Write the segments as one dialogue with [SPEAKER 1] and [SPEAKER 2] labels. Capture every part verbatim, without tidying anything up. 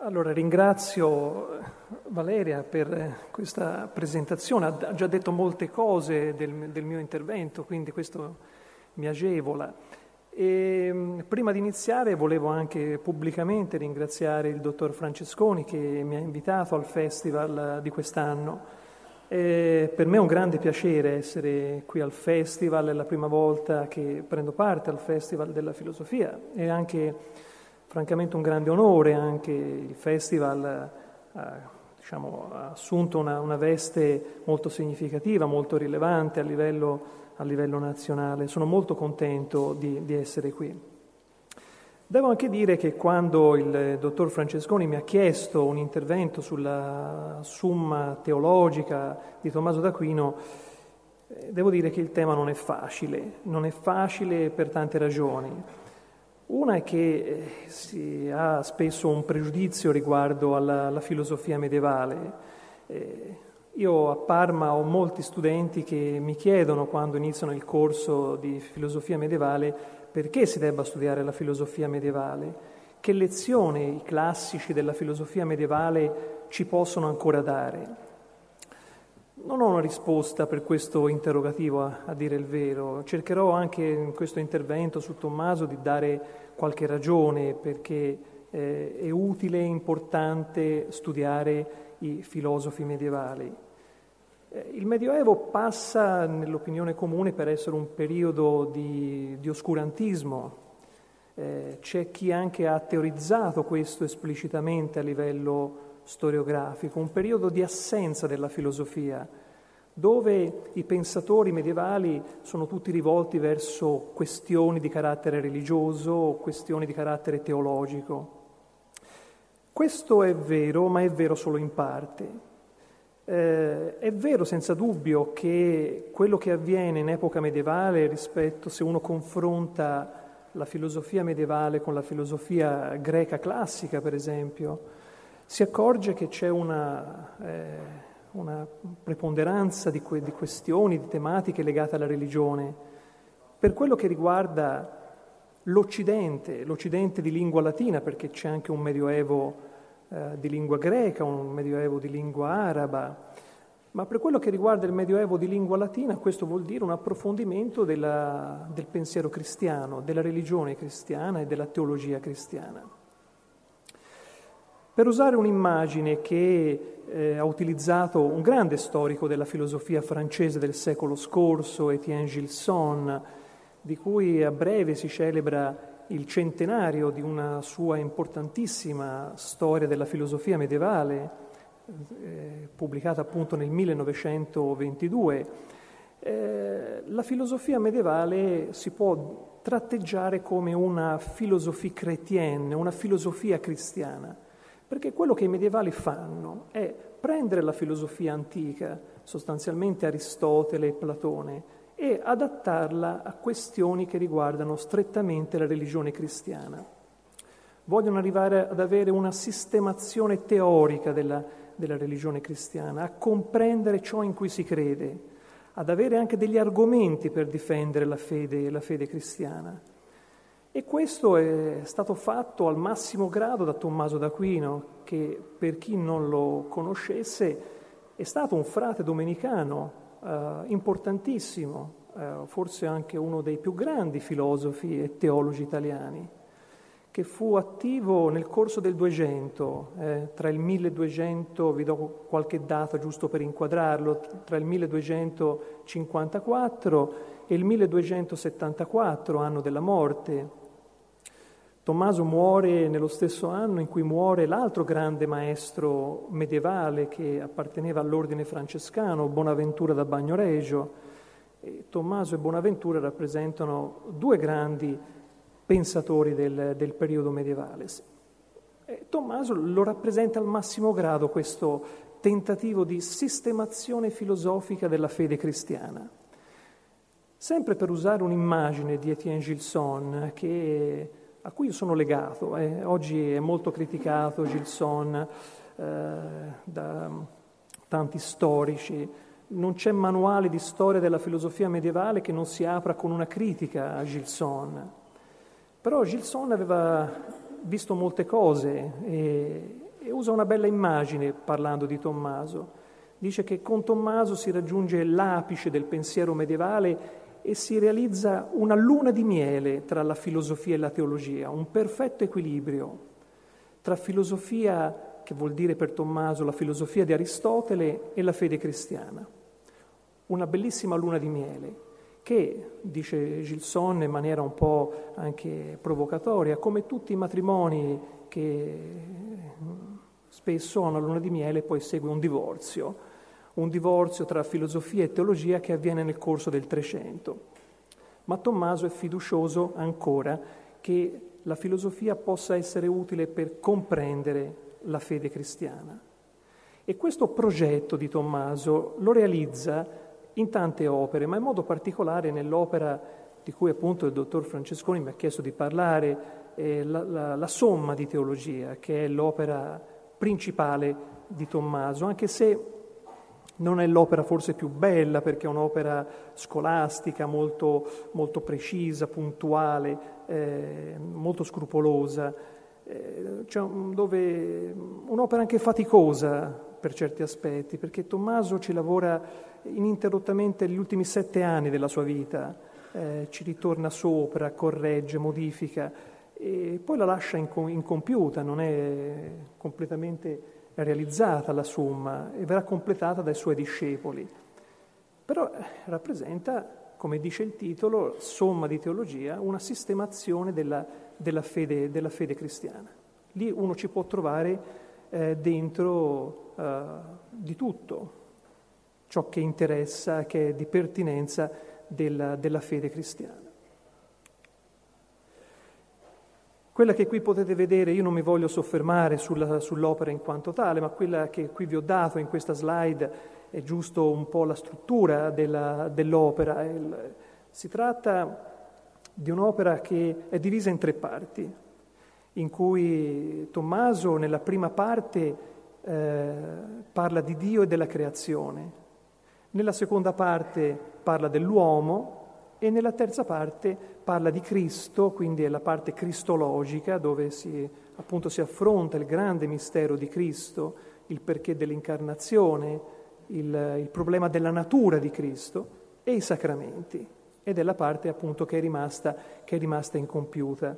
[SPEAKER 1] Allora, ringrazio Valeria per questa presentazione, ha già detto molte cose del, del mio intervento, quindi questo mi agevola. E, prima di iniziare volevo anche pubblicamente ringraziare il dottor Francesconi che mi ha invitato al festival di quest'anno. E per me è un grande piacere essere qui al festival, è la prima volta che prendo parte al Festival della Filosofia e anche francamente un grande onore. Anche il festival ha, diciamo, ha assunto una, una veste molto significativa, molto rilevante a livello, a livello nazionale. Sono molto contento di, di essere qui. Devo anche dire che quando il dottor Francesconi mi ha chiesto un intervento sulla Summa Teologica di Tommaso d'Aquino, devo dire che il tema non è facile, non è facile per tante ragioni. Una è che si ha spesso un pregiudizio riguardo alla, alla filosofia medievale. Eh, io a Parma ho molti studenti che mi chiedono, quando iniziano il corso di filosofia medievale, perché si debba studiare la filosofia medievale, che lezioni i classici della filosofia medievale ci possono ancora dare. Non ho una risposta per questo interrogativo, a, a dire il vero. Cercherò anche in questo intervento su Tommaso di dare qualche ragione perché eh, è utile e importante studiare i filosofi medievali. Eh, il Medioevo passa, nell'opinione comune, per essere un periodo di, di oscurantismo. Eh, c'è chi anche ha teorizzato questo esplicitamente a livello storiografico, un periodo di assenza della filosofia, dove i pensatori medievali sono tutti rivolti verso questioni di carattere religioso o questioni di carattere teologico. Questo è vero, ma è vero solo in parte. Eh, è vero senza dubbio che quello che avviene in epoca medievale rispetto, se uno confronta la filosofia medievale con la filosofia greca classica, per esempio, si accorge che c'è una, eh, una preponderanza di, que- di questioni, di tematiche legate alla religione. Per quello che riguarda l'Occidente, l'Occidente di lingua latina, perché c'è anche un medioevo eh, di lingua greca, un medioevo di lingua araba, ma per quello che riguarda il medioevo di lingua latina, questo vuol dire un approfondimento della, del pensiero cristiano, della religione cristiana e della teologia cristiana. Per usare un'immagine che eh, ha utilizzato un grande storico della filosofia francese del secolo scorso, Étienne Gilson, di cui a breve si celebra il centenario di una sua importantissima storia della filosofia medievale, eh, pubblicata appunto nel millenovecentoventidue, eh, la filosofia medievale si può tratteggiare come una philosophie chrétienne, una filosofia cristiana. Perché quello che i medievali fanno è prendere la filosofia antica, sostanzialmente Aristotele e Platone, e adattarla a questioni che riguardano strettamente la religione cristiana. Vogliono arrivare ad avere una sistemazione teorica della, della religione cristiana, a comprendere ciò in cui si crede, ad avere anche degli argomenti per difendere la fede, la fede cristiana. E questo è stato fatto al massimo grado da Tommaso d'Aquino, che per chi non lo conoscesse è stato un frate domenicano eh, importantissimo, eh, forse anche uno dei più grandi filosofi e teologi italiani, che fu attivo nel corso del Duecento, eh, tra il milleduecento, vi do qualche data giusto per inquadrarlo, tra il milleduecentocinquantaquattro e il milleduecentosettantaquattro, anno della morte. Tommaso muore nello stesso anno in cui muore l'altro grande maestro medievale che apparteneva all'ordine francescano, Bonaventura da Bagnoregio. E Tommaso e Bonaventura rappresentano due grandi pensatori del, del periodo medievale. E Tommaso lo rappresenta al massimo grado questo tentativo di sistemazione filosofica della fede cristiana. Sempre per usare un'immagine di Étienne Gilson, che a cui io sono legato. Eh. Oggi è molto criticato Gilson eh, da tanti storici. Non c'è manuale di storia della filosofia medievale che non si apra con una critica a Gilson. Però Gilson aveva visto molte cose e, e usa una bella immagine parlando di Tommaso. Dice che con Tommaso si raggiunge l'apice del pensiero medievale e si realizza una luna di miele tra la filosofia e la teologia, un perfetto equilibrio tra filosofia, che vuol dire per Tommaso la filosofia di Aristotele, e la fede cristiana. Una bellissima luna di miele che, dice Gilson in maniera un po' anche provocatoria, come tutti i matrimoni che spesso hanno la luna di miele poi segue un divorzio, un divorzio tra filosofia e teologia che avviene nel corso del Trecento. Ma Tommaso è fiducioso ancora che la filosofia possa essere utile per comprendere la fede cristiana. E questo progetto di Tommaso lo realizza in tante opere, ma in modo particolare nell'opera di cui appunto il dottor Francesconi mi ha chiesto di parlare, eh, la, la, la Somma di Teologia, che è l'opera principale di Tommaso, anche se non è l'opera forse più bella, perché è un'opera scolastica, molto, molto precisa, puntuale, eh, molto scrupolosa, eh, cioè dove, un'opera anche faticosa per certi aspetti, perché Tommaso ci lavora ininterrottamente gli ultimi sette anni della sua vita, eh, ci ritorna sopra, corregge, modifica, e poi la lascia incompiuta, non è completamente realizzata la Somma e verrà completata dai suoi discepoli. Però rappresenta, come dice il titolo, Somma di Teologia, una sistemazione della, della, fede, della fede cristiana. Lì uno ci può trovare eh, dentro eh, di tutto ciò che interessa, che è di pertinenza della, della fede cristiana. Quella che qui potete vedere, io non mi voglio soffermare sulla, sull'opera in quanto tale, ma quella che qui vi ho dato in questa slide è giusto un po' la struttura della, dell'opera. Il, si tratta di un'opera che è divisa in tre parti, in cui Tommaso nella prima parte eh, parla di Dio e della creazione, nella seconda parte parla dell'uomo, e nella terza parte parla di Cristo, quindi è la parte cristologica, dove si, appunto, si affronta il grande mistero di Cristo, il perché dell'incarnazione, il, il problema della natura di Cristo e i sacramenti. Ed è la parte appunto che è rimasta, che è rimasta incompiuta.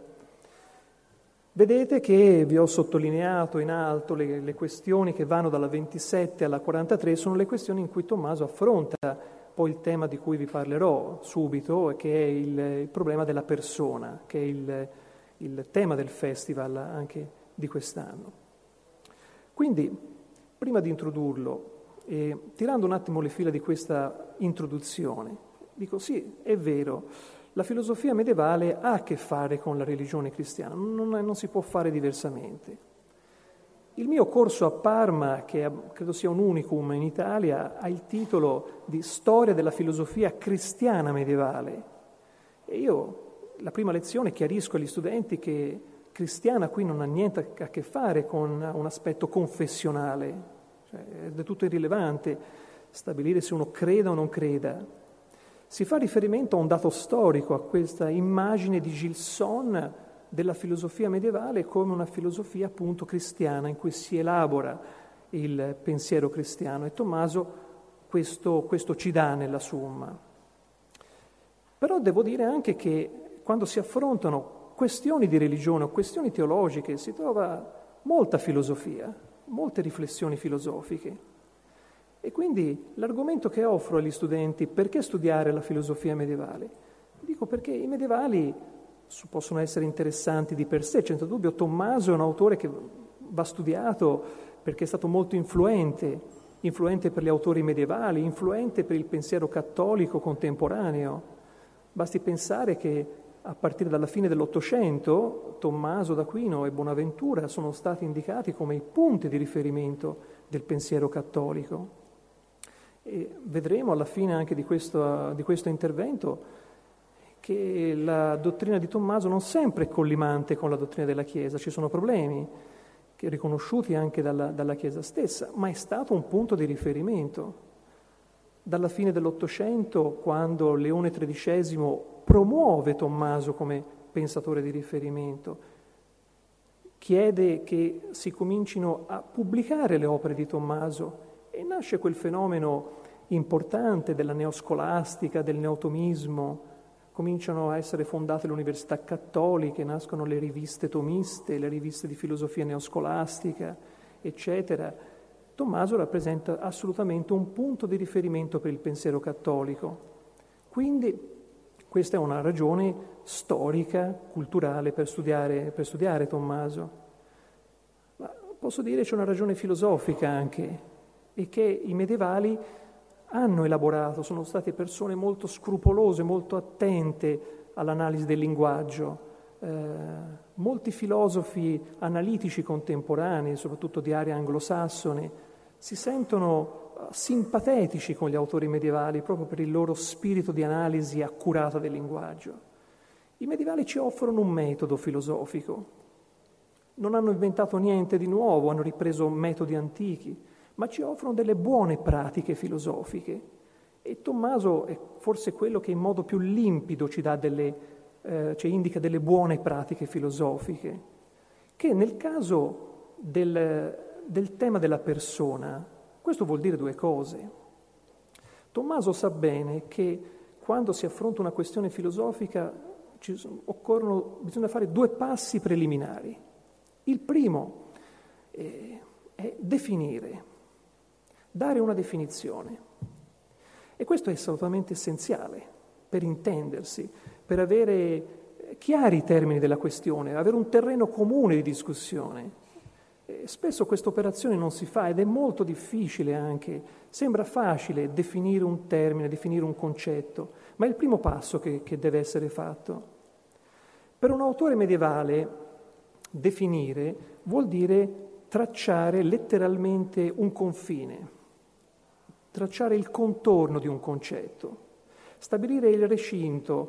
[SPEAKER 1] Vedete che vi ho sottolineato in alto le, le questioni che vanno dalla ventisette alla quarantatré, sono le questioni in cui Tommaso affronta poi il tema di cui vi parlerò subito, che è il, il problema della persona, che è il, il tema del festival anche di quest'anno. Quindi, prima di introdurlo, e tirando un attimo le fila di questa introduzione, dico sì, è vero, la filosofia medievale ha a che fare con la religione cristiana, non, non si può fare diversamente. Il mio corso a Parma, che credo sia un unicum in Italia, ha il titolo di Storia della filosofia cristiana medievale. E io, la prima lezione, chiarisco agli studenti che cristiana qui non ha niente a che fare con un aspetto confessionale, cioè è del tutto irrilevante stabilire se uno creda o non creda. Si fa riferimento a un dato storico, a questa immagine di Gilson della filosofia medievale come una filosofia appunto cristiana, in cui si elabora il pensiero cristiano, e Tommaso questo, questo ci dà nella Somma. Però devo dire anche che quando si affrontano questioni di religione o questioni teologiche si trova molta filosofia, molte riflessioni filosofiche. E quindi l'argomento che offro agli studenti: perché studiare la filosofia medievale? Dico perché i medievali possono essere interessanti di per sé, senza dubbio. Tommaso è un autore che va studiato perché è stato molto influente, influente per gli autori medievali, influente per il pensiero cattolico contemporaneo. Basti pensare che a partire dalla fine dell'Ottocento Tommaso d'Aquino e Bonaventura sono stati indicati come i punti di riferimento del pensiero cattolico. E vedremo alla fine anche di questo, di questo intervento che la dottrina di Tommaso non sempre è collimante con la dottrina della Chiesa, ci sono problemi che riconosciuti anche dalla, dalla Chiesa stessa, ma è stato un punto di riferimento. Dalla fine dell'Ottocento, quando Leone tredicesimo promuove Tommaso come pensatore di riferimento, chiede che si comincino a pubblicare le opere di Tommaso e nasce quel fenomeno importante della neoscolastica, del neotomismo. Cominciano a essere fondate le università cattoliche, nascono le riviste tomiste, le riviste di filosofia neoscolastica, eccetera. Tommaso rappresenta assolutamente un punto di riferimento per il pensiero cattolico. Quindi questa è una ragione storica, culturale per studiare, per studiare Tommaso. Ma posso dire c'è una ragione filosofica anche, e che i medievali hanno elaborato, sono state persone molto scrupolose, molto attente all'analisi del linguaggio. Eh, molti filosofi analitici contemporanei, soprattutto di area anglosassone, si sentono simpatetici con gli autori medievali proprio per il loro spirito di analisi accurata del linguaggio. I medievali ci offrono un metodo filosofico. Non hanno inventato niente di nuovo, hanno ripreso metodi antichi, ma ci offrono delle buone pratiche filosofiche. E Tommaso è forse quello che in modo più limpido ci dà delle, eh, ci indica delle buone pratiche filosofiche, che nel caso del, del tema della persona, questo vuol dire due cose. Tommaso sa bene che quando si affronta una questione filosofica ci sono, occorrono, bisogna fare due passi preliminari. Il primo eh, è definire, dare una definizione. E questo è assolutamente essenziale per intendersi, per avere chiari i termini della questione, avere un terreno comune di discussione. E spesso questa operazione non si fa ed è molto difficile anche. Sembra facile definire un termine, definire un concetto, ma è il primo passo che, che deve essere fatto. Per un autore medievale definire vuol dire tracciare letteralmente un confine, tracciare il contorno di un concetto, stabilire il recinto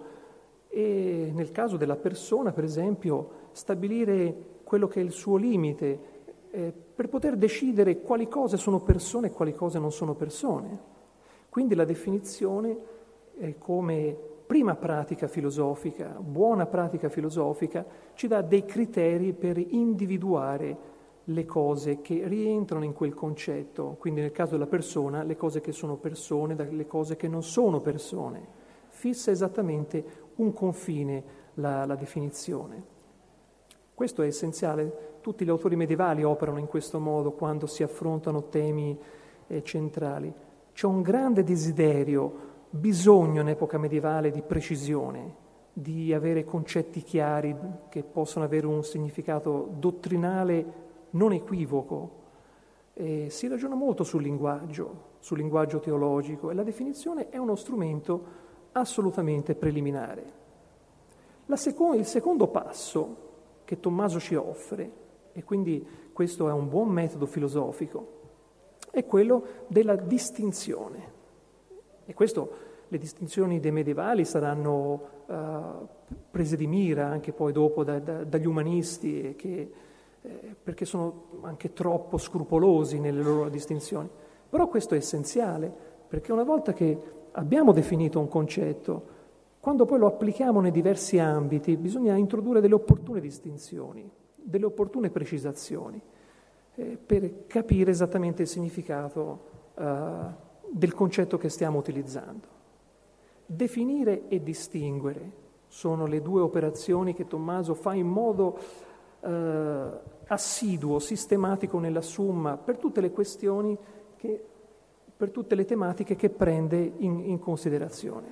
[SPEAKER 1] e, nel caso della persona, per esempio, stabilire quello che è il suo limite eh, per poter decidere quali cose sono persone e quali cose non sono persone. Quindi la definizione eh, come prima pratica filosofica, buona pratica filosofica, ci dà dei criteri per individuare le cose che rientrano in quel concetto, quindi nel caso della persona, le cose che sono persone dalle cose che non sono persone. Fissa esattamente un confine la, la definizione. Questo è essenziale. Tutti gli autori medievali operano in questo modo quando si affrontano temi eh, centrali. C'è un grande desiderio, bisogno in epoca medievale di precisione, di avere concetti chiari che possono avere un significato dottrinale non equivoco. Eh, si ragiona molto sul linguaggio, sul linguaggio teologico, e la definizione è uno strumento assolutamente preliminare. La seco- il secondo passo che Tommaso ci offre, e quindi questo è un buon metodo filosofico, è quello della distinzione. E questo, le distinzioni dei medievali saranno uh, prese di mira anche poi dopo da, da, dagli umanisti, che Eh, perché sono anche troppo scrupolosi nelle loro distinzioni. Però questo è essenziale, perché una volta che abbiamo definito un concetto, quando poi lo applichiamo nei diversi ambiti, bisogna introdurre delle opportune distinzioni, delle opportune precisazioni, eh, per capire esattamente il significato eh, del concetto che stiamo utilizzando. Definire e distinguere sono le due operazioni che Tommaso fa in modo eh, assiduo, sistematico nella Summa, per tutte le questioni, che, per tutte le tematiche che prende in, in considerazione.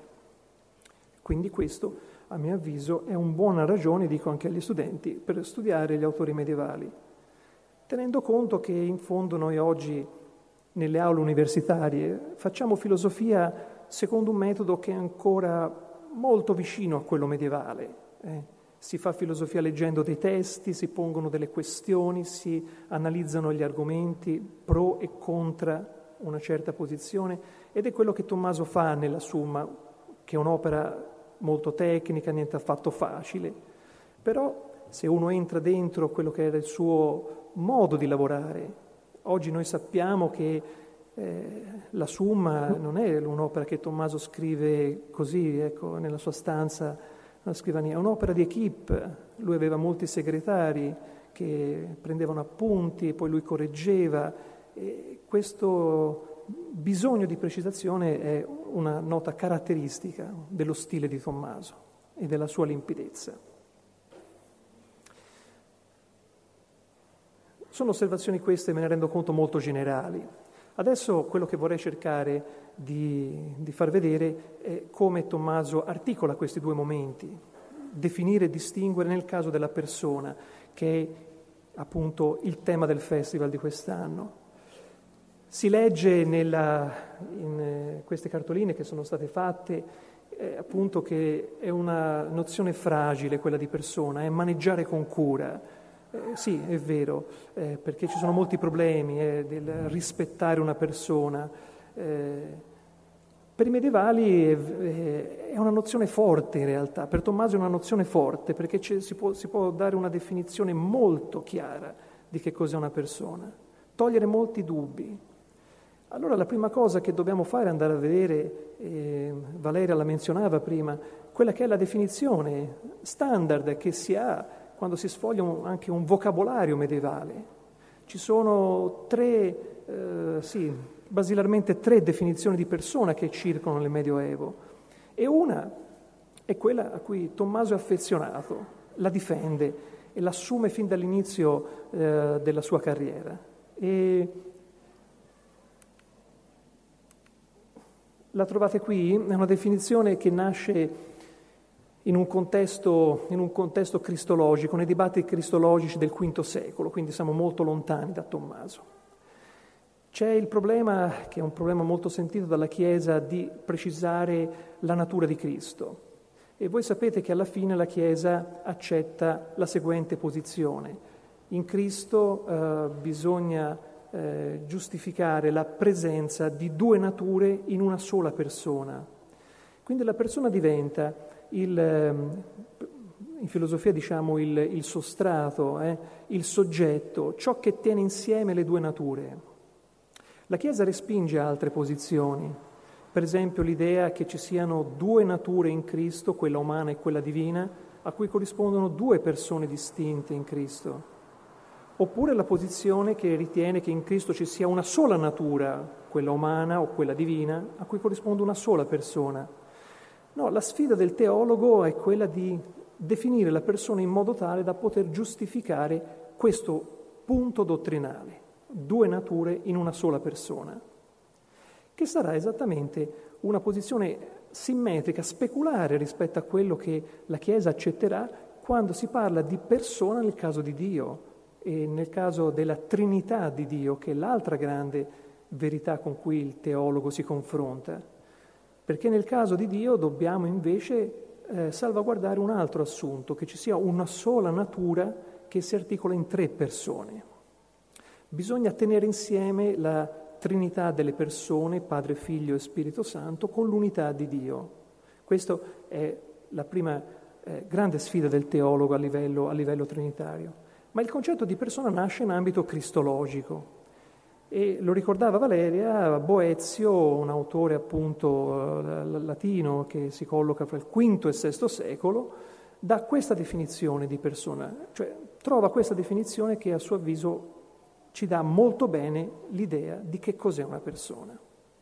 [SPEAKER 1] Quindi questo, a mio avviso, è una buona ragione, dico anche agli studenti, per studiare gli autori medievali, tenendo conto che in fondo noi oggi, nelle aule universitarie, facciamo filosofia secondo un metodo che è ancora molto vicino a quello medievale, eh. Si fa filosofia leggendo dei testi, si pongono delle questioni, si analizzano gli argomenti pro e contra una certa posizione, ed è quello che Tommaso fa nella Summa, che è un'opera molto tecnica, niente affatto facile. Però se uno entra dentro quello che era il suo modo di lavorare, oggi noi sappiamo che eh, la Summa non è un'opera che Tommaso scrive così, ecco, nella sua stanza, la scrivania, è un'opera di equipe. Lui aveva molti segretari che prendevano appunti e poi lui correggeva. E questo bisogno di precisazione è una nota caratteristica dello stile di Tommaso e della sua limpidezza. Sono osservazioni queste, me ne rendo conto, molto generali. Adesso quello che vorrei cercare di, di far vedere è come Tommaso articola questi due momenti, definire e distinguere nel caso della persona, che è appunto il tema del festival di quest'anno. Si legge nella, in queste cartoline che sono state fatte eh, appunto che è una nozione fragile quella di persona, è maneggiare con cura. Eh, sì, è vero, eh, perché ci sono molti problemi eh, del rispettare una persona. Eh, per i medievali è, è una nozione forte in realtà, per Tommaso è una nozione forte perché si può, si può dare una definizione molto chiara di che cos'è una persona, togliere molti dubbi. Allora la prima cosa che dobbiamo fare è andare a vedere, eh, Valeria la menzionava prima, quella che è la definizione standard che si ha quando si sfoglia un, anche un vocabolario medievale. Ci sono tre, eh, sì, basilarmente tre definizioni di persona che circolano nel Medioevo e una è quella a cui Tommaso è affezionato, la difende e l'assume fin dall'inizio eh, della sua carriera. E la trovate qui, è una definizione che nasce in un contesto, in un contesto cristologico, nei dibattiti cristologici del quinto secolo, quindi siamo molto lontani da Tommaso. C'è il problema, che è un problema molto sentito dalla Chiesa, di precisare la natura di Cristo. E voi sapete che alla fine la Chiesa accetta la seguente posizione. In Cristo eh, bisogna eh, giustificare la presenza di due nature in una sola persona. Quindi la persona diventa, il, in filosofia diciamo il, il sostrato, eh, il soggetto, ciò che tiene insieme le due nature. La Chiesa respinge altre posizioni, per esempio l'idea che ci siano due nature in Cristo, quella umana e quella divina, a cui corrispondono due persone distinte in Cristo. Oppure la posizione che ritiene che in Cristo ci sia una sola natura, quella umana o quella divina, a cui corrisponde una sola persona. No, la sfida del teologo è quella di definire la persona in modo tale da poter giustificare questo punto dottrinale, due nature in una sola persona, che sarà esattamente una posizione simmetrica, speculare rispetto a quello che la Chiesa accetterà quando si parla di persona nel caso di Dio e nel caso della Trinità di Dio, che è l'altra grande verità con cui il teologo si confronta. Perché nel caso di Dio dobbiamo invece eh, salvaguardare un altro assunto, che ci sia una sola natura che si articola in tre persone. Bisogna tenere insieme la Trinità delle persone, Padre, Figlio e Spirito Santo, con l'unità di Dio. Questa è la prima eh, grande sfida del teologo a livello, a livello trinitario. Ma il concetto di persona nasce in ambito cristologico. E lo ricordava Valeria, Boezio, un autore appunto latino che si colloca fra il quinto e il sesto secolo, dà questa definizione di persona, cioè trova questa definizione che a suo avviso ci dà molto bene l'idea di che cos'è una persona.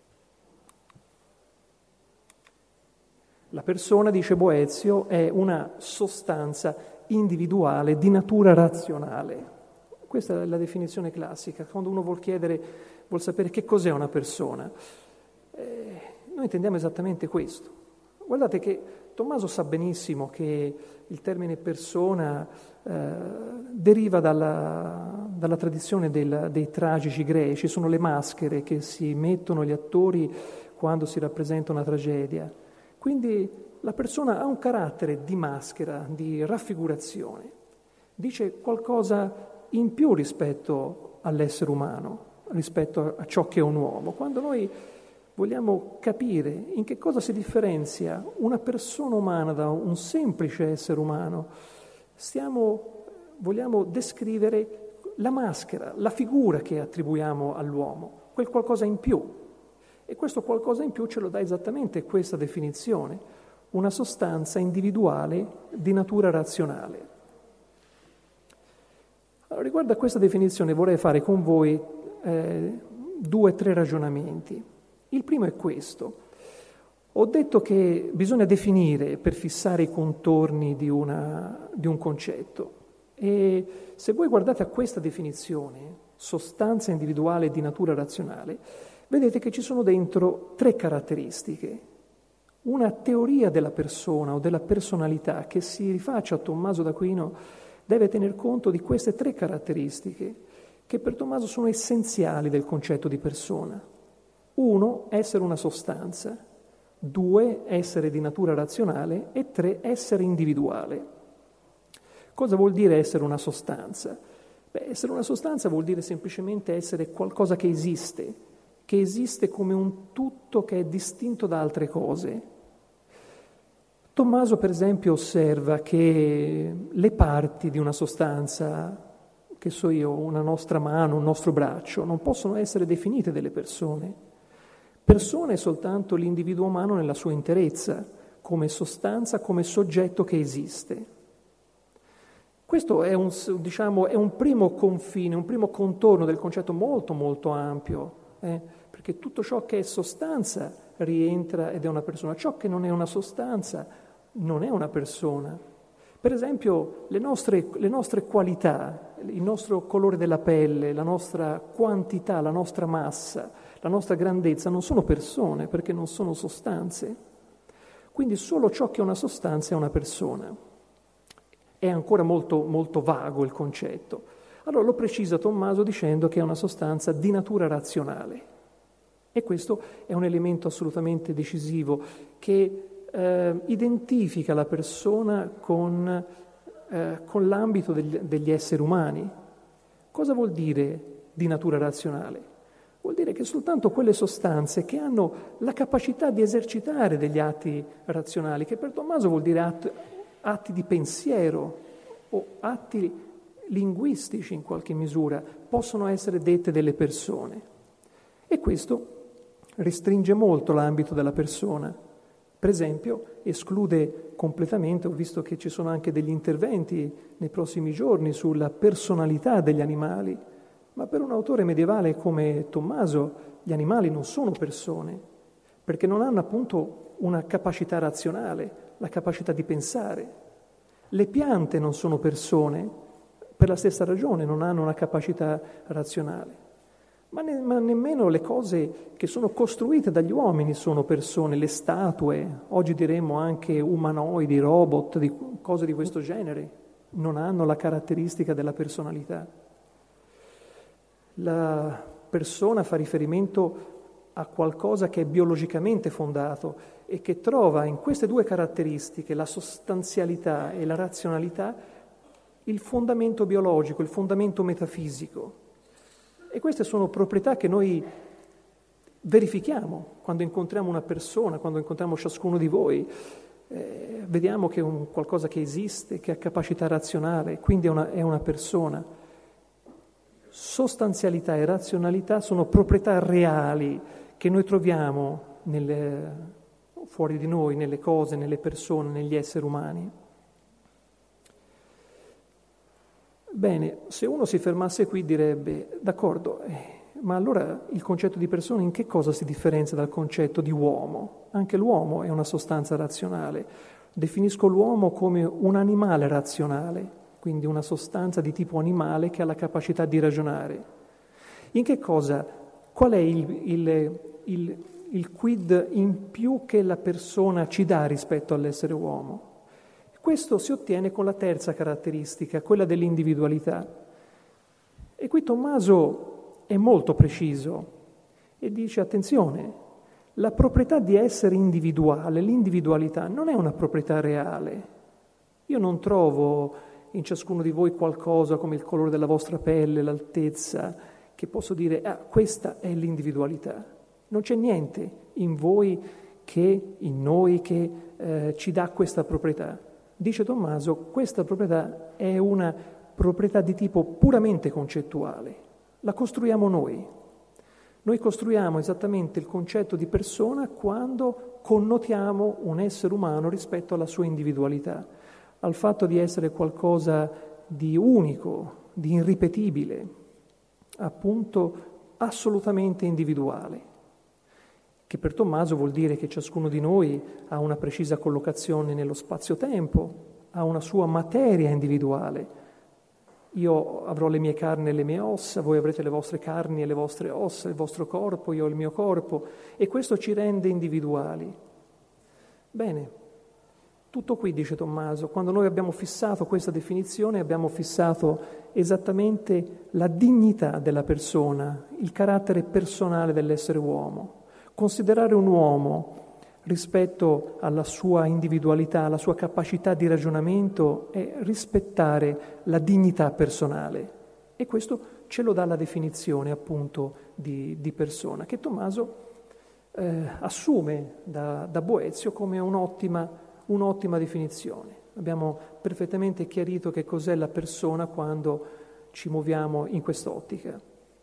[SPEAKER 1] La persona, dice Boezio, è una sostanza individuale di natura razionale. Questa è la definizione classica. Quando uno vuol chiedere, vuol sapere che cos'è una persona, eh, noi intendiamo esattamente questo. Guardate che Tommaso sa benissimo che il termine persona eh, deriva dalla, dalla tradizione del, dei tragici greci, sono le maschere che si mettono gli attori quando si rappresenta una tragedia. Quindi la persona ha un carattere di maschera, di raffigurazione, dice qualcosa in più rispetto all'essere umano, rispetto a ciò che è un uomo. Quando noi vogliamo capire in che cosa si differenzia una persona umana da un semplice essere umano, stiamo, vogliamo descrivere la maschera, la figura che attribuiamo all'uomo, quel qualcosa in più. E questo qualcosa in più ce lo dà esattamente questa definizione, una sostanza individuale di natura razionale. riguarda questa definizione vorrei fare con voi eh, due o tre ragionamenti. Il primo è questo. Ho detto che bisogna definire per fissare i contorni di, una, di un concetto. E se voi guardate a questa definizione, sostanza individuale di natura razionale, vedete che ci sono dentro tre caratteristiche. Una teoria della persona o della personalità che si rifaccia a Tommaso d'Aquino deve tener conto di queste tre caratteristiche che per Tommaso sono essenziali del concetto di persona. Uno, essere una sostanza. Due, essere di natura razionale. E tre, essere individuale. Cosa vuol dire essere una sostanza? Beh, essere una sostanza vuol dire semplicemente essere qualcosa che esiste, che esiste come un tutto che è distinto da altre cose. Tommaso, per esempio, osserva che le parti di una sostanza, che so io, una nostra mano, un nostro braccio, non possono essere definite delle persone. Persona è soltanto l'individuo umano nella sua interezza, come sostanza, come soggetto che esiste. Questo è un, diciamo, è un primo confine, un primo contorno del concetto molto molto ampio, eh? Perché tutto ciò che è sostanza rientra ed è una persona, ciò che non è una sostanza non è una persona. Per esempio le nostre, le nostre qualità, il nostro colore della pelle, la nostra quantità, la nostra massa, la nostra grandezza non sono persone perché non sono sostanze. Quindi solo ciò che è una sostanza è una persona. È ancora molto, molto vago il concetto. Allora lo precisa Tommaso dicendo che è una sostanza di natura razionale. E questo è un elemento assolutamente decisivo che eh, identifica la persona con, eh, con l'ambito degli, degli esseri umani. Cosa vuol dire di natura razionale? Vuol dire che soltanto quelle sostanze che hanno la capacità di esercitare degli atti razionali, che per Tommaso vuol dire atti, atti di pensiero o atti linguistici in qualche misura, possono essere dette delle persone. E questo restringe molto l'ambito della persona. Per esempio, esclude completamente, ho visto che ci sono anche degli interventi nei prossimi giorni sulla personalità degli animali, ma per un autore medievale come Tommaso gli animali non sono persone, perché non hanno appunto una capacità razionale, la capacità di pensare. Le piante non sono persone, per la stessa ragione non hanno una capacità razionale. Ma, ne, ma nemmeno le cose che sono costruite dagli uomini sono persone, le statue, oggi diremmo anche umanoidi, robot, di, cose di questo genere, non hanno la caratteristica della personalità. La persona fa riferimento a qualcosa che è biologicamente fondato e che trova in queste due caratteristiche, la sostanzialità e la razionalità, il fondamento biologico, il fondamento metafisico. E queste sono proprietà che noi verifichiamo quando incontriamo una persona, quando incontriamo ciascuno di voi. Eh, vediamo che è un qualcosa che esiste, che ha capacità razionale, quindi è una, è una persona. Sostanzialità e razionalità sono proprietà reali che noi troviamo nelle, fuori di noi, nelle cose, nelle persone, negli esseri umani. Bene, se uno si fermasse qui direbbe, d'accordo, eh, ma allora il concetto di persona in che cosa si differenzia dal concetto di uomo? Anche l'uomo è una sostanza razionale. Definisco l'uomo come un animale razionale, quindi una sostanza di tipo animale che ha la capacità di ragionare. In che cosa? Qual è il, il, il, il quid in più che la persona ci dà rispetto all'essere uomo? Questo si ottiene con la terza caratteristica, quella dell'individualità. E qui Tommaso è molto preciso e dice, attenzione, la proprietà di essere individuale, l'individualità, non è una proprietà reale. Io non trovo in ciascuno di voi qualcosa come il colore della vostra pelle, l'altezza, che posso dire, ah, questa è l'individualità. Non c'è niente in voi che, in noi, che eh, ci dà questa proprietà. Dice Tommaso, questa proprietà è una proprietà di tipo puramente concettuale, la costruiamo noi. Noi costruiamo esattamente il concetto di persona quando connotiamo un essere umano rispetto alla sua individualità, al fatto di essere qualcosa di unico, di irripetibile, appunto assolutamente individuale, che per Tommaso vuol dire che ciascuno di noi ha una precisa collocazione nello spazio-tempo, ha una sua materia individuale. Io avrò le mie carni e le mie ossa, voi avrete le vostre carni e le vostre ossa, il vostro corpo, io ho il mio corpo, e questo ci rende individuali. Bene, tutto qui, dice Tommaso, quando noi abbiamo fissato questa definizione abbiamo fissato esattamente la dignità della persona, il carattere personale dell'essere uomo. Considerare un uomo rispetto alla sua individualità, alla sua capacità di ragionamento è rispettare la dignità personale. E questo ce lo dà la definizione appunto di, di persona, che Tommaso eh, assume da, da Boezio come un'ottima, un'ottima definizione. Abbiamo perfettamente chiarito che cos'è la persona quando ci muoviamo in quest'ottica.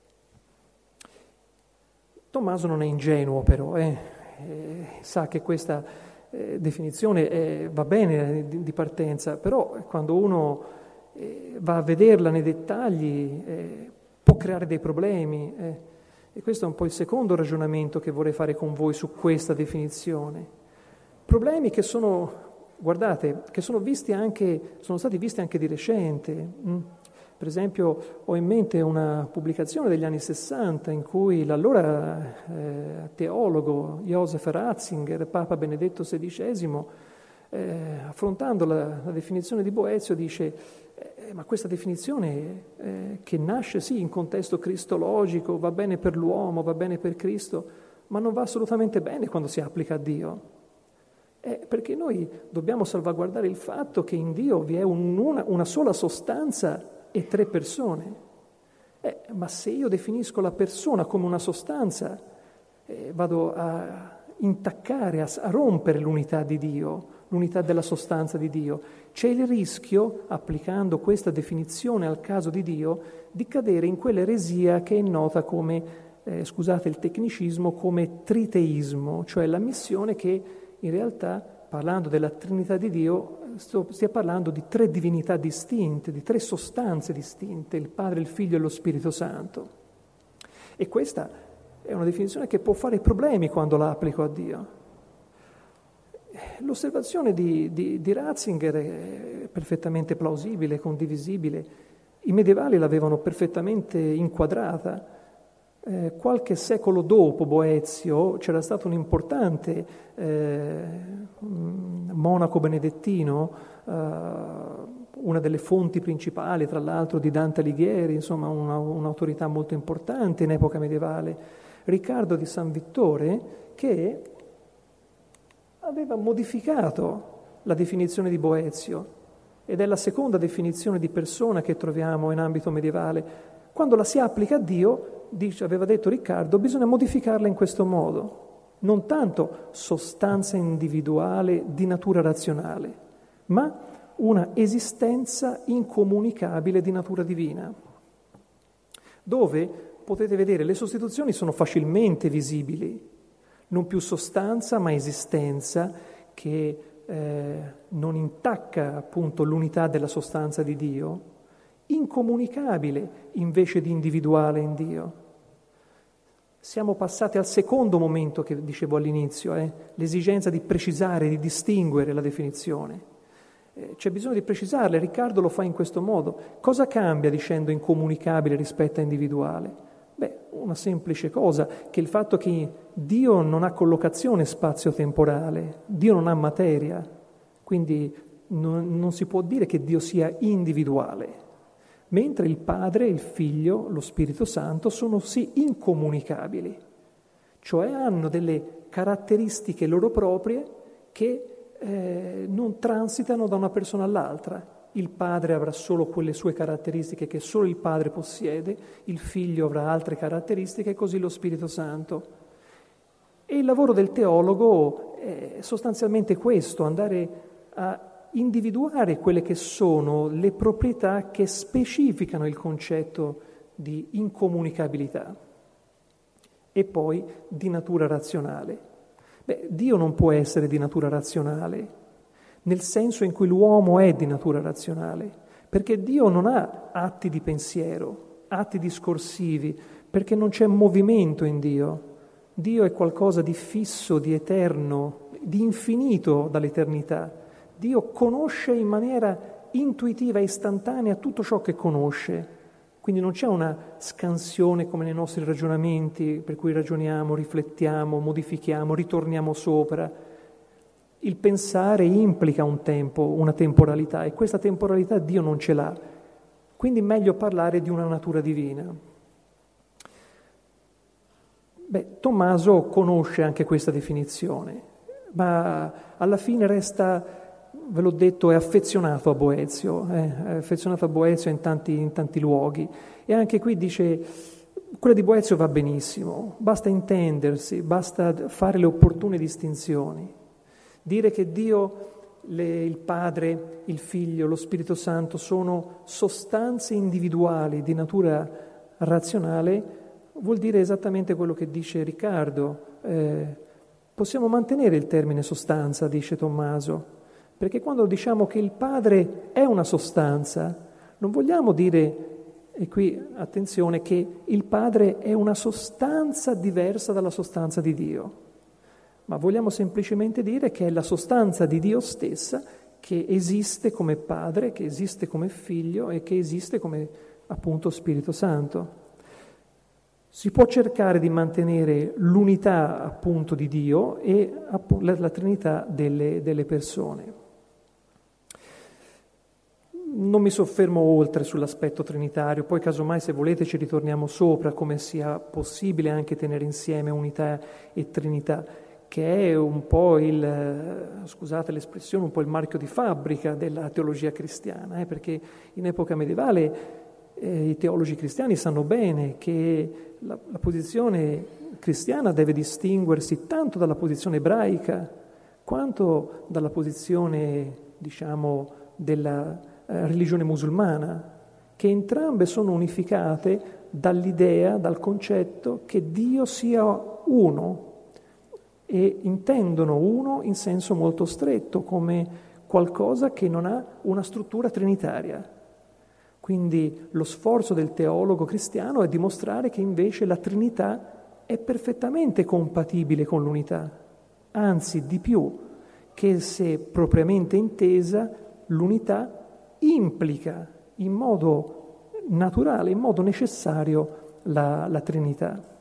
[SPEAKER 1] Tommaso non è ingenuo però, eh. Eh, sa che questa eh, definizione eh, va bene di, di partenza, però quando uno eh, va a vederla nei dettagli eh, può creare dei problemi eh. E questo è un po' il secondo ragionamento che vorrei fare con voi su questa definizione. Problemi che sono, guardate, che sono visti anche, sono stati visti anche di recente. Mh? Per esempio ho in mente una pubblicazione degli anni sessanta in cui l'allora eh, teologo Joseph Ratzinger, Papa Benedetto sedicesimo, eh, affrontando la, la definizione di Boezio dice eh, ma questa definizione eh, che nasce sì in contesto cristologico, va bene per l'uomo, va bene per Cristo, ma non va assolutamente bene quando si applica a Dio. Eh, perché noi dobbiamo salvaguardare il fatto che in Dio vi è un, una, una sola sostanza e tre persone. Eh, ma se io definisco la persona come una sostanza, eh, vado a intaccare, a, a rompere l'unità di Dio, l'unità della sostanza di Dio. C'è il rischio, applicando questa definizione al caso di Dio, di cadere in quell'eresia che è nota come, eh, scusate il tecnicismo, come triteismo, cioè l'ammissione che in realtà, parlando della Trinità di Dio, stia parlando di tre divinità distinte, di tre sostanze distinte, il Padre, il Figlio e lo Spirito Santo. E questa è una definizione che può fare problemi quando la applico a Dio. L'osservazione di, di, di Ratzinger è perfettamente plausibile, condivisibile. I medievali l'avevano perfettamente inquadrata. Eh, qualche secolo dopo Boezio c'era stato un importante eh, monaco benedettino, eh, una delle fonti principali tra l'altro di Dante Alighieri, insomma una, un'autorità molto importante in epoca medievale, Riccardo di San Vittore, che aveva modificato la definizione di Boezio ed è la seconda definizione di persona che troviamo in ambito medievale. Quando la si applica a Dio, dice, aveva detto Riccardo, bisogna modificarla in questo modo, non tanto sostanza individuale di natura razionale, ma una esistenza incomunicabile di natura divina, dove potete vedere le sostituzioni sono facilmente visibili, non più sostanza ma esistenza che eh, non intacca appunto l'unità della sostanza di Dio, incomunicabile invece di individuale in Dio. Siamo passati al secondo momento che dicevo all'inizio, eh? l'esigenza di precisare, di distinguere la definizione. Eh, c'è bisogno di precisarle, Riccardo lo fa in questo modo. Cosa cambia dicendo incomunicabile rispetto a individuale? Beh, una semplice cosa, che il fatto che Dio non ha collocazione spazio-temporale, Dio non ha materia, quindi non, non si può dire che Dio sia individuale. Mentre il Padre, il Figlio, lo Spirito Santo sono sì incomunicabili, cioè hanno delle caratteristiche loro proprie che eh, non transitano da una persona all'altra. Il Padre avrà solo quelle sue caratteristiche che solo il Padre possiede, il Figlio avrà altre caratteristiche e così lo Spirito Santo. E il lavoro del teologo è sostanzialmente questo, andare a individuare quelle che sono le proprietà che specificano il concetto di incomunicabilità e poi di natura razionale. Beh, Dio non può essere di natura razionale, nel senso in cui l'uomo è di natura razionale, perché Dio non ha atti di pensiero, atti discorsivi, perché non c'è movimento in Dio. Dio è qualcosa di fisso, di eterno, di infinito dall'eternità. Dio conosce in maniera intuitiva e istantanea tutto ciò che conosce. Quindi non c'è una scansione come nei nostri ragionamenti, per cui ragioniamo, riflettiamo, modifichiamo, ritorniamo sopra. Il pensare implica un tempo, una temporalità, e questa temporalità Dio non ce l'ha. Quindi è meglio parlare di una natura divina. Beh, Tommaso conosce anche questa definizione, ma alla fine resta, ve l'ho detto, è affezionato a Boezio, eh, è affezionato a Boezio in tanti, in tanti luoghi. E anche qui dice, quella di Boezio va benissimo, basta intendersi, basta fare le opportune distinzioni. Dire che Dio, le, il Padre, il Figlio, lo Spirito Santo sono sostanze individuali di natura razionale vuol dire esattamente quello che dice Riccardo. Eh, possiamo mantenere il termine sostanza, dice Tommaso, perché quando diciamo che il Padre è una sostanza, non vogliamo dire, e qui attenzione, che il Padre è una sostanza diversa dalla sostanza di Dio, ma vogliamo semplicemente dire che è la sostanza di Dio stessa che esiste come Padre, che esiste come Figlio e che esiste come appunto Spirito Santo. Si può cercare di mantenere l'unità appunto di Dio e appunto, la, la Trinità delle, delle persone. Non mi soffermo oltre sull'aspetto trinitario, poi casomai se volete ci ritorniamo sopra come sia possibile anche tenere insieme unità e Trinità, che è un po' il, scusate l'espressione, un po' il marchio di fabbrica della teologia cristiana, eh, perché in epoca medievale eh, i teologi cristiani sanno bene che la, la posizione cristiana deve distinguersi tanto dalla posizione ebraica quanto dalla posizione, diciamo, della eh, religione musulmana, che entrambe sono unificate dall'idea, dal concetto che Dio sia uno, e intendono uno in senso molto stretto, come qualcosa che non ha una struttura trinitaria. Quindi lo sforzo del teologo cristiano è dimostrare che invece la Trinità è perfettamente compatibile con l'unità, anzi di più, che se propriamente intesa, l'unità implica in modo naturale, in modo necessario la, la Trinità.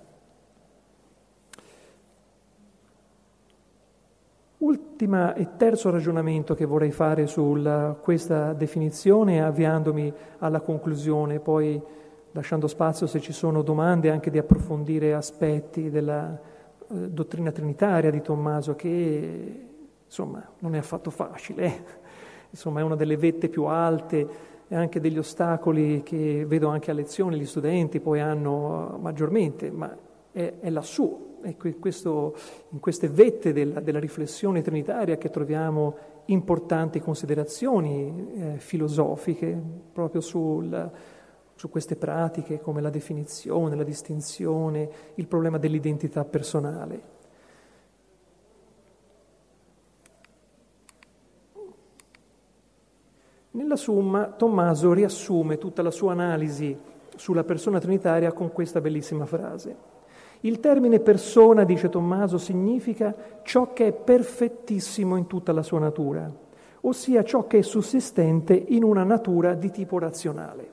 [SPEAKER 1] Ultima e terzo ragionamento che vorrei fare su questa definizione, avviandomi alla conclusione, poi lasciando spazio se ci sono domande anche di approfondire aspetti della eh, dottrina trinitaria di Tommaso, che insomma non è affatto facile, eh. Insomma è una delle vette più alte e anche degli ostacoli che vedo anche a lezione gli studenti poi hanno maggiormente, ma è, è lassù. È questo, in queste vette della, della riflessione trinitaria che troviamo importanti considerazioni eh, filosofiche proprio sul, su queste pratiche come la definizione, la distinzione, il problema dell'identità personale. Nella Summa Tommaso riassume tutta la sua analisi sulla persona trinitaria con questa bellissima frase. Il termine persona, dice Tommaso, significa ciò che è perfettissimo in tutta la sua natura, ossia ciò che è sussistente in una natura di tipo razionale.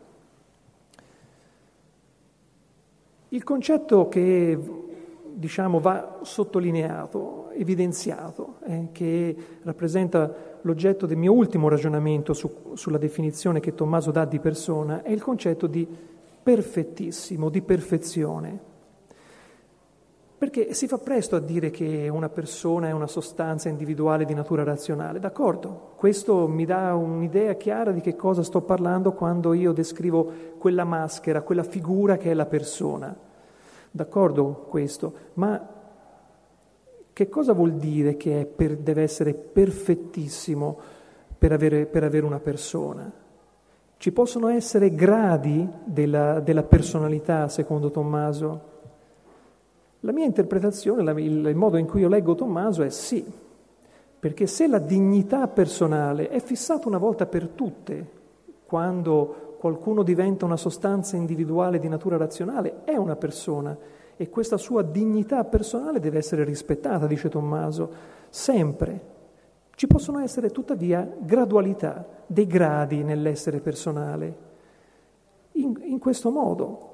[SPEAKER 1] Il concetto che, diciamo, va sottolineato, evidenziato, eh, che rappresenta l'oggetto del mio ultimo ragionamento su, sulla definizione che Tommaso dà di persona, è il concetto di perfettissimo, di perfezione. Perché si fa presto a dire che una persona è una sostanza individuale di natura razionale, d'accordo? Questo mi dà un'idea chiara di che cosa sto parlando quando io descrivo quella maschera, quella figura che è la persona. D'accordo questo? Ma che cosa vuol dire che è per, deve essere perfettissimo per avere, per avere una persona? Ci possono essere gradi della, della personalità, secondo Tommaso? La mia interpretazione, la, il, il modo in cui io leggo Tommaso è sì, perché se la dignità personale è fissata una volta per tutte, quando qualcuno diventa una sostanza individuale di natura razionale, è una persona e questa sua dignità personale deve essere rispettata, dice Tommaso, sempre. Ci possono essere tuttavia gradualità, dei gradi nell'essere personale. In, in questo modo,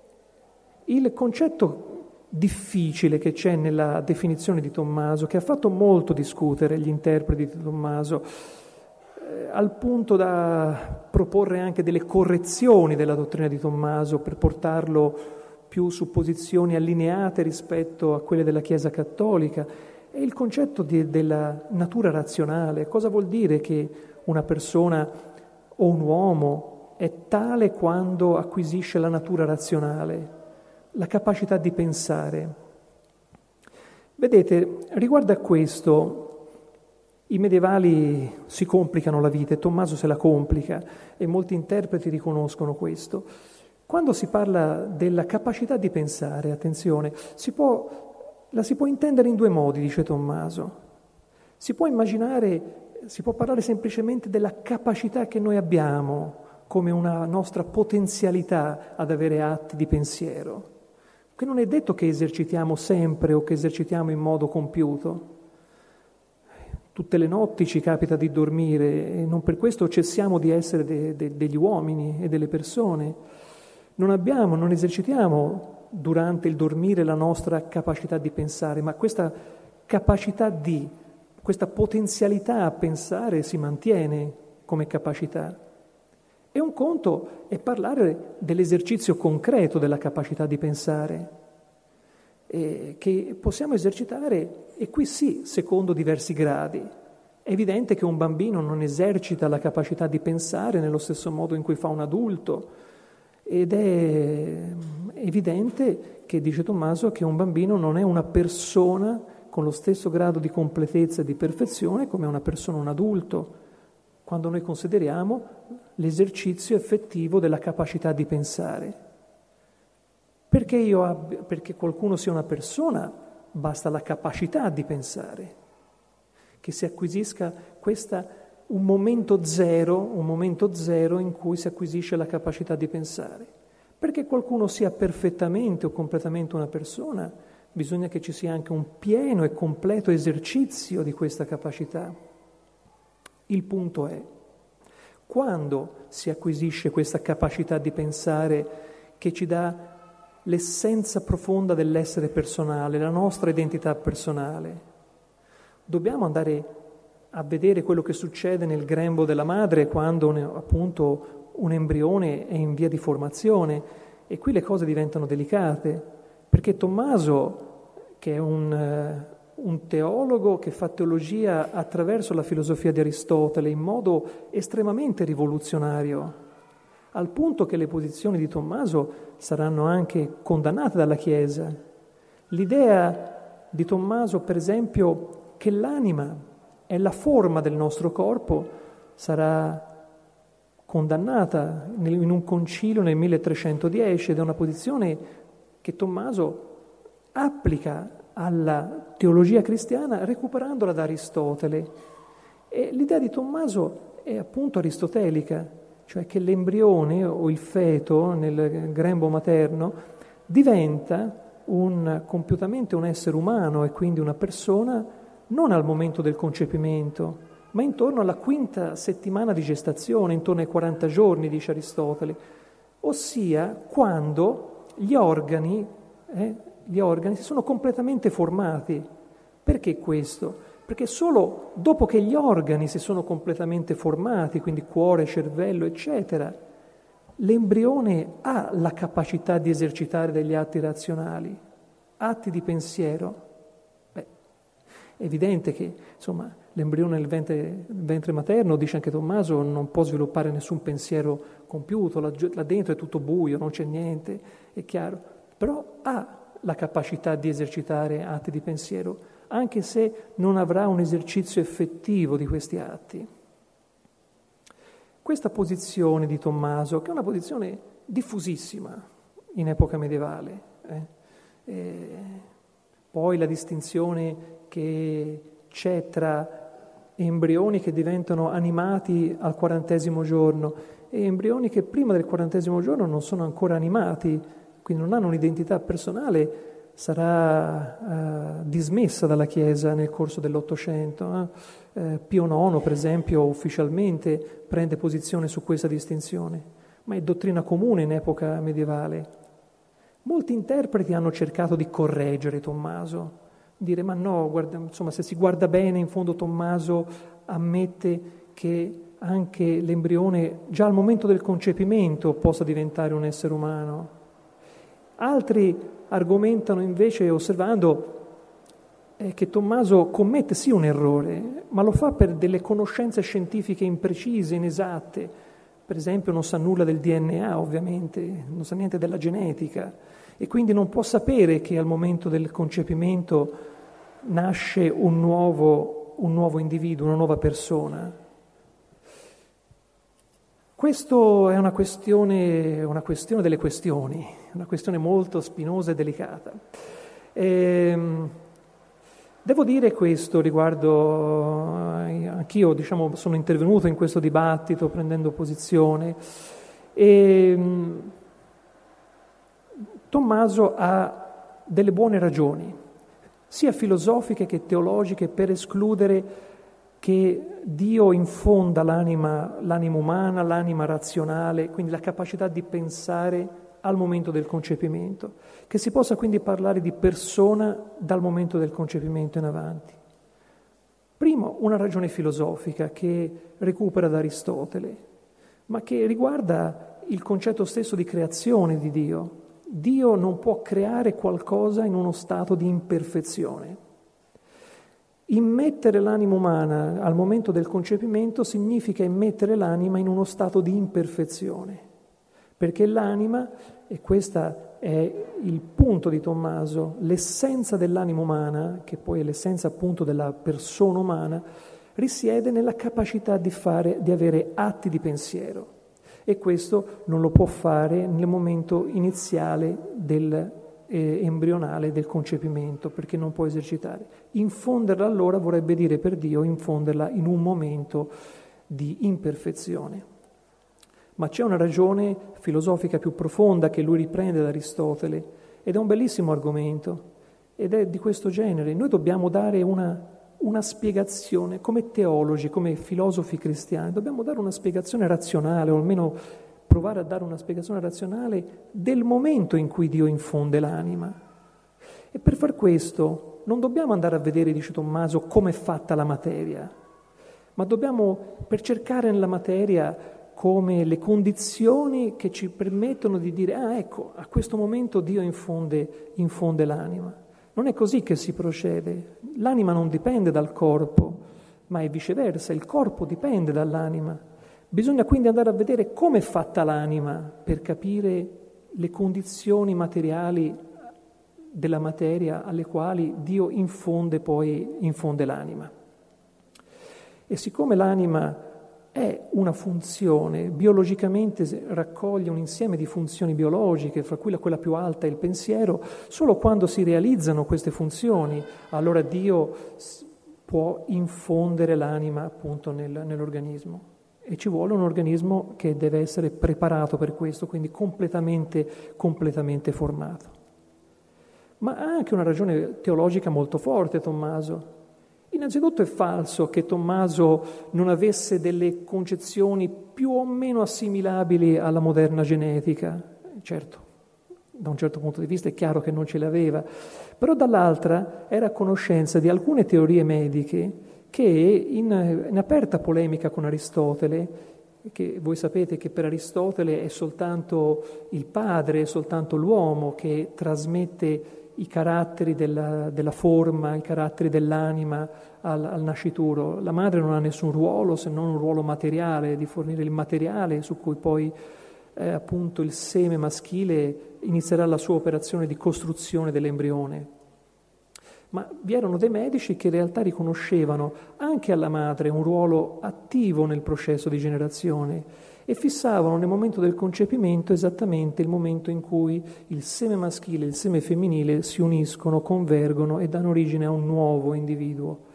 [SPEAKER 1] il concetto difficile che c'è nella definizione di Tommaso, che ha fatto molto discutere gli interpreti di Tommaso, eh, al punto da proporre anche delle correzioni della dottrina di Tommaso per portarlo più su posizioni allineate rispetto a quelle della Chiesa cattolica, è il concetto di, della natura razionale. Cosa vuol dire che una persona o un uomo è tale quando acquisisce la natura razionale? La capacità di pensare. Vedete, riguardo a questo, i medievali si complicano la vita e Tommaso se la complica e molti interpreti riconoscono questo. Quando si parla della capacità di pensare, attenzione, si può, la si può intendere in due modi, dice Tommaso. Si può immaginare, si può parlare semplicemente della capacità che noi abbiamo come una nostra potenzialità ad avere atti di pensiero. Che non è detto che esercitiamo sempre o che esercitiamo in modo compiuto. Tutte le notti ci capita di dormire e non per questo cessiamo di essere de, de, degli uomini e delle persone. Non abbiamo, non esercitiamo durante il dormire la nostra capacità di pensare, ma questa capacità di, questa potenzialità a pensare si mantiene come capacità. E un conto è parlare dell'esercizio concreto della capacità di pensare, eh, che possiamo esercitare, e qui sì, secondo diversi gradi. È evidente che un bambino non esercita la capacità di pensare nello stesso modo in cui fa un adulto, ed è evidente che, dice Tommaso, che un bambino non è una persona con lo stesso grado di completezza e di perfezione come una persona, un adulto, quando noi consideriamo l'esercizio effettivo della capacità di pensare. Perché, io abbia, perché qualcuno sia una persona, basta la capacità di pensare, che si acquisisca questa, un momento zero, un momento zero in cui si acquisisce la capacità di pensare. Perché qualcuno sia perfettamente o completamente una persona, bisogna che ci sia anche un pieno e completo esercizio di questa capacità. Il punto è, quando si acquisisce questa capacità di pensare che ci dà l'essenza profonda dell'essere personale, la nostra identità personale? Dobbiamo andare a vedere quello che succede nel grembo della madre quando appunto un embrione è in via di formazione, e qui le cose diventano delicate, perché Tommaso, che è un... un teologo che fa teologia attraverso la filosofia di Aristotele in modo estremamente rivoluzionario, al punto che le posizioni di Tommaso saranno anche condannate dalla Chiesa. L'idea di Tommaso, per esempio, che l'anima è la forma del nostro corpo, sarà condannata in un concilio nel milletrecentodieci, ed è una posizione che Tommaso applica alla teologia cristiana recuperandola da Aristotele. E l'idea di Tommaso è appunto aristotelica, cioè che l'embrione o il feto nel grembo materno diventa un, compiutamente un essere umano e quindi una persona non al momento del concepimento, ma intorno alla quinta settimana di gestazione, intorno ai quaranta giorni, dice Aristotele, ossia quando gli organi eh, gli organi si sono completamente formati. Perché questo? Perché solo dopo che gli organi si sono completamente formati, quindi cuore, cervello, eccetera, l'embrione ha la capacità di esercitare degli atti razionali, atti di pensiero. Beh, è evidente che, insomma, l'embrione nel ventre, nel ventre materno, dice anche Tommaso, non può sviluppare nessun pensiero compiuto, là, là dentro è tutto buio, non c'è niente, è chiaro, però ha la capacità di esercitare atti di pensiero, anche se non avrà un esercizio effettivo di questi atti. Questa posizione di Tommaso, che è una posizione diffusissima in epoca medievale, eh, eh, poi la distinzione che c'è tra embrioni che diventano animati al quarantesimo giorno e embrioni che prima del quarantesimo giorno non sono ancora animati, quindi non hanno un'identità personale, sarà eh, dismessa dalla Chiesa nel corso dell'Ottocento. Eh? Eh, Pio nono, per esempio, ufficialmente prende posizione su questa distinzione, ma è dottrina comune in epoca medievale. Molti interpreti hanno cercato di correggere Tommaso, dire ma no, guarda, insomma, se si guarda bene, in fondo Tommaso ammette che anche l'embrione già al momento del concepimento possa diventare un essere umano. Altri argomentano invece osservando eh, che Tommaso commette sì un errore, ma lo fa per delle conoscenze scientifiche imprecise, inesatte. Per esempio non sa nulla del D N A, ovviamente, non sa niente della genetica e quindi non può sapere che al momento del concepimento nasce un nuovo, un nuovo individuo, una nuova persona. Questo è una questione, una questione delle questioni, una questione molto spinosa e delicata. E, devo dire questo riguardo, anch'io diciamo, sono intervenuto in questo dibattito prendendo posizione e Tommaso ha delle buone ragioni, sia filosofiche che teologiche, per escludere che Dio infonda l'anima, l'anima umana, l'anima razionale, quindi la capacità di pensare al momento del concepimento, che si possa quindi parlare di persona dal momento del concepimento in avanti. Primo, una ragione filosofica che recupera da Aristotele, ma che riguarda il concetto stesso di creazione di Dio. Dio non può creare qualcosa in uno stato di imperfezione. Immettere l'anima umana al momento del concepimento significa immettere l'anima in uno stato di imperfezione, perché l'anima, e questo è il punto di Tommaso, l'essenza dell'anima umana, che poi è l'essenza appunto della persona umana, risiede nella capacità di fare, di avere atti di pensiero, e questo non lo può fare nel momento iniziale del eh, embrionale del concepimento, perché non può esercitare. Infonderla allora vorrebbe dire per Dio infonderla in un momento di imperfezione. Ma c'è una ragione filosofica più profonda che lui riprende da Aristotele, ed è un bellissimo argomento, ed è di questo genere. Noi dobbiamo dare una, una spiegazione, come teologi, come filosofi cristiani, dobbiamo dare una spiegazione razionale, o almeno provare a dare una spiegazione razionale del momento in cui Dio infonde l'anima. E per far questo non dobbiamo andare a vedere, dice Tommaso, come è fatta la materia, ma dobbiamo, per cercare nella materia come le condizioni che ci permettono di dire ah ecco, a questo momento Dio infonde, infonde l'anima. Non è così che si procede. L'anima non dipende dal corpo, ma è viceversa, il corpo dipende dall'anima. Bisogna quindi andare a vedere come è fatta l'anima per capire le condizioni materiali della materia alle quali Dio infonde poi infonde l'anima. E siccome l'anima è una funzione, biologicamente raccoglie un insieme di funzioni biologiche, fra cui la quella più alta è il pensiero, solo quando si realizzano queste funzioni, allora Dio può infondere l'anima appunto nel, nell'organismo. E ci vuole un organismo che deve essere preparato per questo, quindi completamente, completamente formato. Ma ha anche una ragione teologica molto forte Tommaso. Innanzitutto è falso che Tommaso non avesse delle concezioni più o meno assimilabili alla moderna genetica. Certo, da un certo punto di vista è chiaro che non ce le aveva, però dall'altra era a conoscenza di alcune teorie mediche che in, in aperta polemica con Aristotele, che voi sapete che per Aristotele è soltanto il padre, è soltanto l'uomo che trasmette i caratteri della, della forma, i caratteri dell'anima al, al nascituro. La madre non ha nessun ruolo se non un ruolo materiale, di fornire il materiale su cui poi eh, appunto il seme maschile inizierà la sua operazione di costruzione dell'embrione. Ma vi erano dei medici che in realtà riconoscevano anche alla madre un ruolo attivo nel processo di generazione e fissavano nel momento del concepimento esattamente il momento in cui il seme maschile e il seme femminile si uniscono, convergono e danno origine a un nuovo individuo.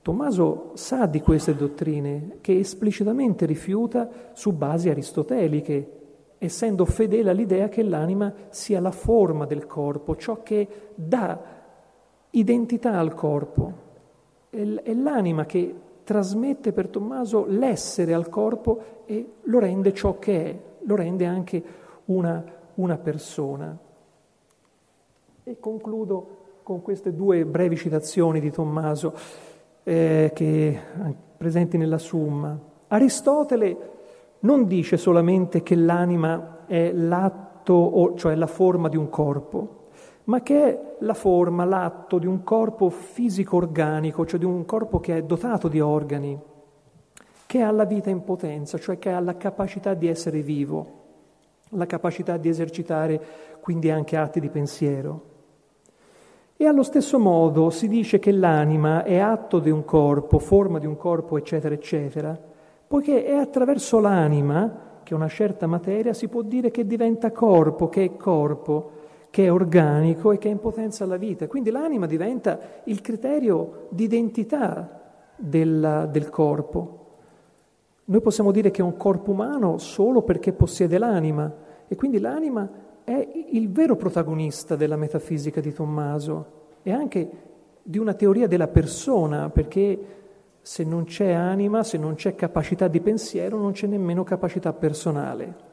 [SPEAKER 1] Tommaso sa di queste dottrine che esplicitamente rifiuta su basi aristoteliche, essendo fedele all'idea che l'anima sia la forma del corpo, ciò che dà identità al corpo. È l'anima che trasmette per Tommaso l'essere al corpo e lo rende ciò che è, lo rende anche una, una persona. E concludo con queste due brevi citazioni di Tommaso eh, che presenti nella Summa. Aristotele non dice solamente che l'anima è l'atto, cioè la forma di un corpo, ma che è la forma, l'atto di un corpo fisico organico, cioè di un corpo che è dotato di organi, che ha la vita in potenza, cioè che ha la capacità di essere vivo, la capacità di esercitare quindi anche atti di pensiero. E allo stesso modo si dice che l'anima è atto di un corpo, forma di un corpo, eccetera, eccetera, poiché è attraverso l'anima, che è una certa materia, si può dire che diventa corpo, che è corpo, che è organico e che è in potenza alla vita. Quindi l'anima diventa il criterio di identità del, del corpo. Noi possiamo dire che è un corpo umano solo perché possiede l'anima, e quindi l'anima è il vero protagonista della metafisica di Tommaso e anche di una teoria della persona, perché se non c'è anima, se non c'è capacità di pensiero, non c'è nemmeno capacità personale.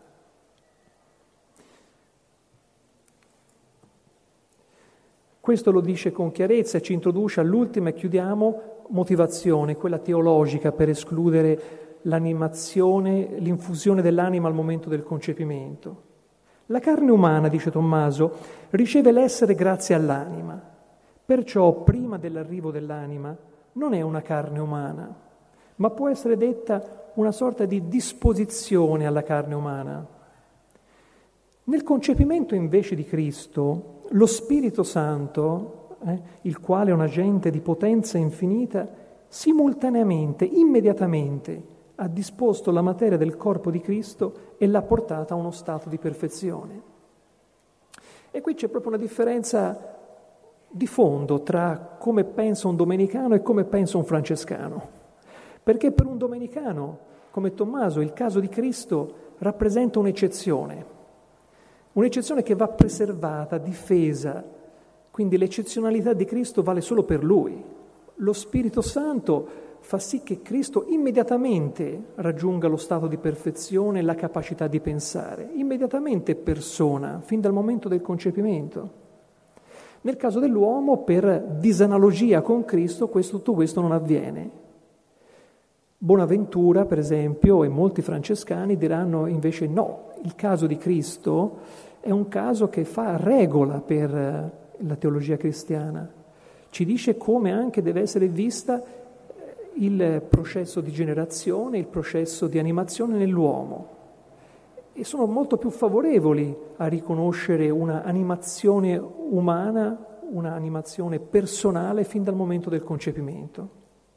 [SPEAKER 1] Questo lo dice con chiarezza e ci introduce all'ultima, e chiudiamo, motivazione, quella teologica, per escludere l'animazione, l'infusione dell'anima al momento del concepimento. La carne umana, dice Tommaso, riceve l'essere grazie all'anima, perciò prima dell'arrivo dell'anima non è una carne umana, ma può essere detta una sorta di disposizione alla carne umana. Nel concepimento invece di Cristo, lo Spirito Santo, eh, il quale è un agente di potenza infinita, simultaneamente, immediatamente, ha disposto la materia del corpo di Cristo e l'ha portata a uno stato di perfezione. E qui c'è proprio una differenza di fondo tra come pensa un domenicano e come pensa un francescano. Perché per un domenicano, come Tommaso, il caso di Cristo rappresenta un'eccezione, un'eccezione che va preservata, difesa, quindi l'eccezionalità di Cristo vale solo per lui. Lo Spirito Santo fa sì che Cristo immediatamente raggiunga lo stato di perfezione e la capacità di pensare, immediatamente persona, fin dal momento del concepimento. Nel caso dell'uomo, per disanalogia con Cristo, questo, tutto questo non avviene. Bonaventura, per esempio, e molti francescani diranno invece no, il caso di Cristo è un caso che fa regola per la teologia cristiana. Ci dice come anche deve essere vista il processo di generazione, il processo di animazione nell'uomo, e sono molto più favorevoli a riconoscere una animazione umana, una animazione personale fin dal momento del concepimento.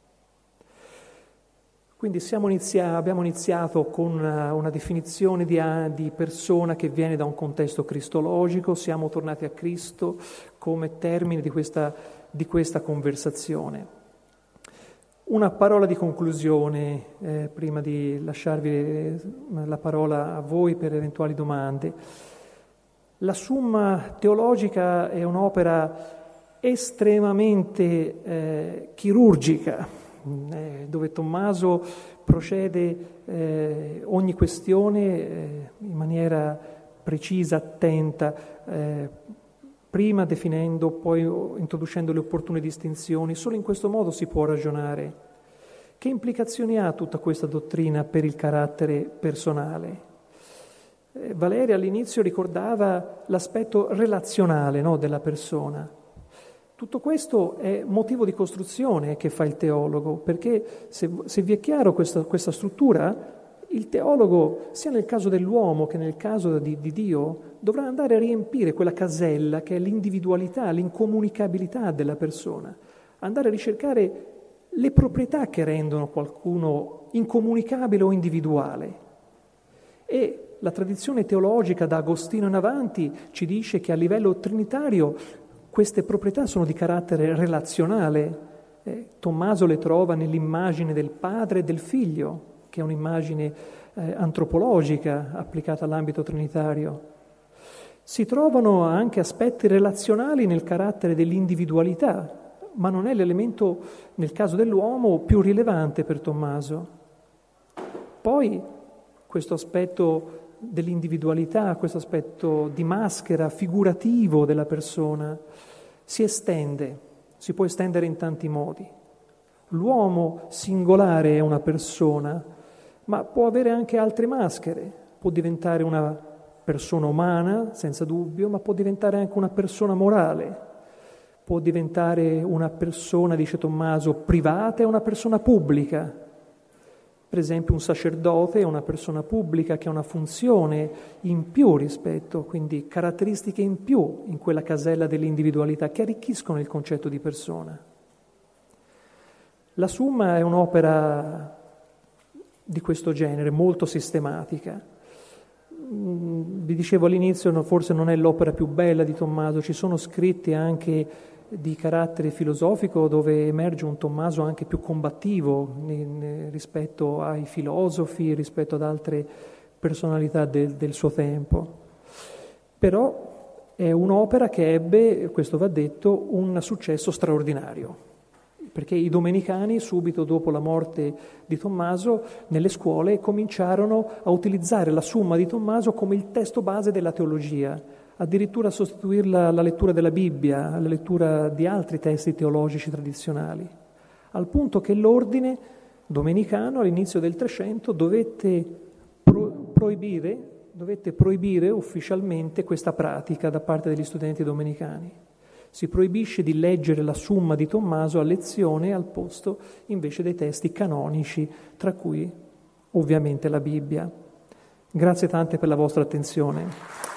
[SPEAKER 1] Quindi siamo inizia- abbiamo iniziato con una, una definizione di, di persona che viene da un contesto cristologico, siamo tornati a Cristo come termine di questa, di questa conversazione. Una parola di conclusione, eh, prima di lasciarvi la parola a voi per eventuali domande. La Summa teologica è un'opera estremamente eh, chirurgica, eh, dove Tommaso procede eh, ogni questione eh, in maniera precisa, attenta, eh, prima definendo, poi introducendo le opportune distinzioni. Solo in questo modo si può ragionare. Che implicazioni ha tutta questa dottrina per il carattere personale? Eh, Valeria all'inizio ricordava l'aspetto relazionale, no, della persona. Tutto questo è motivo di costruzione che fa il teologo, perché se, se vi è chiaro questa, questa struttura, il teologo, sia nel caso dell'uomo che nel caso di, di Dio, dovrà andare a riempire quella casella che è l'individualità, l'incomunicabilità della persona, andare a ricercare le proprietà che rendono qualcuno incomunicabile o individuale. E la tradizione teologica da Agostino in avanti ci dice che a livello trinitario queste proprietà sono di carattere relazionale, Eh, Tommaso le trova nell'immagine del padre e del figlio, che è un'immagine eh, antropologica applicata all'ambito trinitario. Si trovano anche aspetti relazionali nel carattere dell'individualità, ma non è l'elemento, nel caso dell'uomo, più rilevante per Tommaso. Poi questo aspetto dell'individualità, questo aspetto di maschera, figurativo della persona, si estende, si può estendere in tanti modi. L'uomo singolare è una persona, ma può avere anche altre maschere, può diventare una persona umana, senza dubbio, ma può diventare anche una persona morale, può diventare una persona, dice Tommaso, privata e una persona pubblica. Per esempio un sacerdote è una persona pubblica che ha una funzione in più rispetto, quindi caratteristiche in più in quella casella dell'individualità che arricchiscono il concetto di persona. La Summa è un'opera di questo genere, molto sistematica. Vi dicevo all'inizio, forse non è l'opera più bella di Tommaso, ci sono scritti anche di carattere filosofico dove emerge un Tommaso anche più combattivo rispetto ai filosofi, rispetto ad altre personalità del, del suo tempo. Però è un'opera che ebbe, questo va detto, un successo straordinario, perché i domenicani, subito dopo la morte di Tommaso, nelle scuole cominciarono a utilizzare la Summa di Tommaso come il testo base della teologia, addirittura a sostituirla alla lettura della Bibbia, alla lettura di altri testi teologici tradizionali, al punto che l'ordine domenicano all'inizio del Trecento dovette pro- proibire, dovette proibire ufficialmente questa pratica da parte degli studenti domenicani. Si proibisce di leggere la Summa di Tommaso a lezione al posto invece dei testi canonici, tra cui ovviamente la Bibbia. Grazie tante per la vostra attenzione.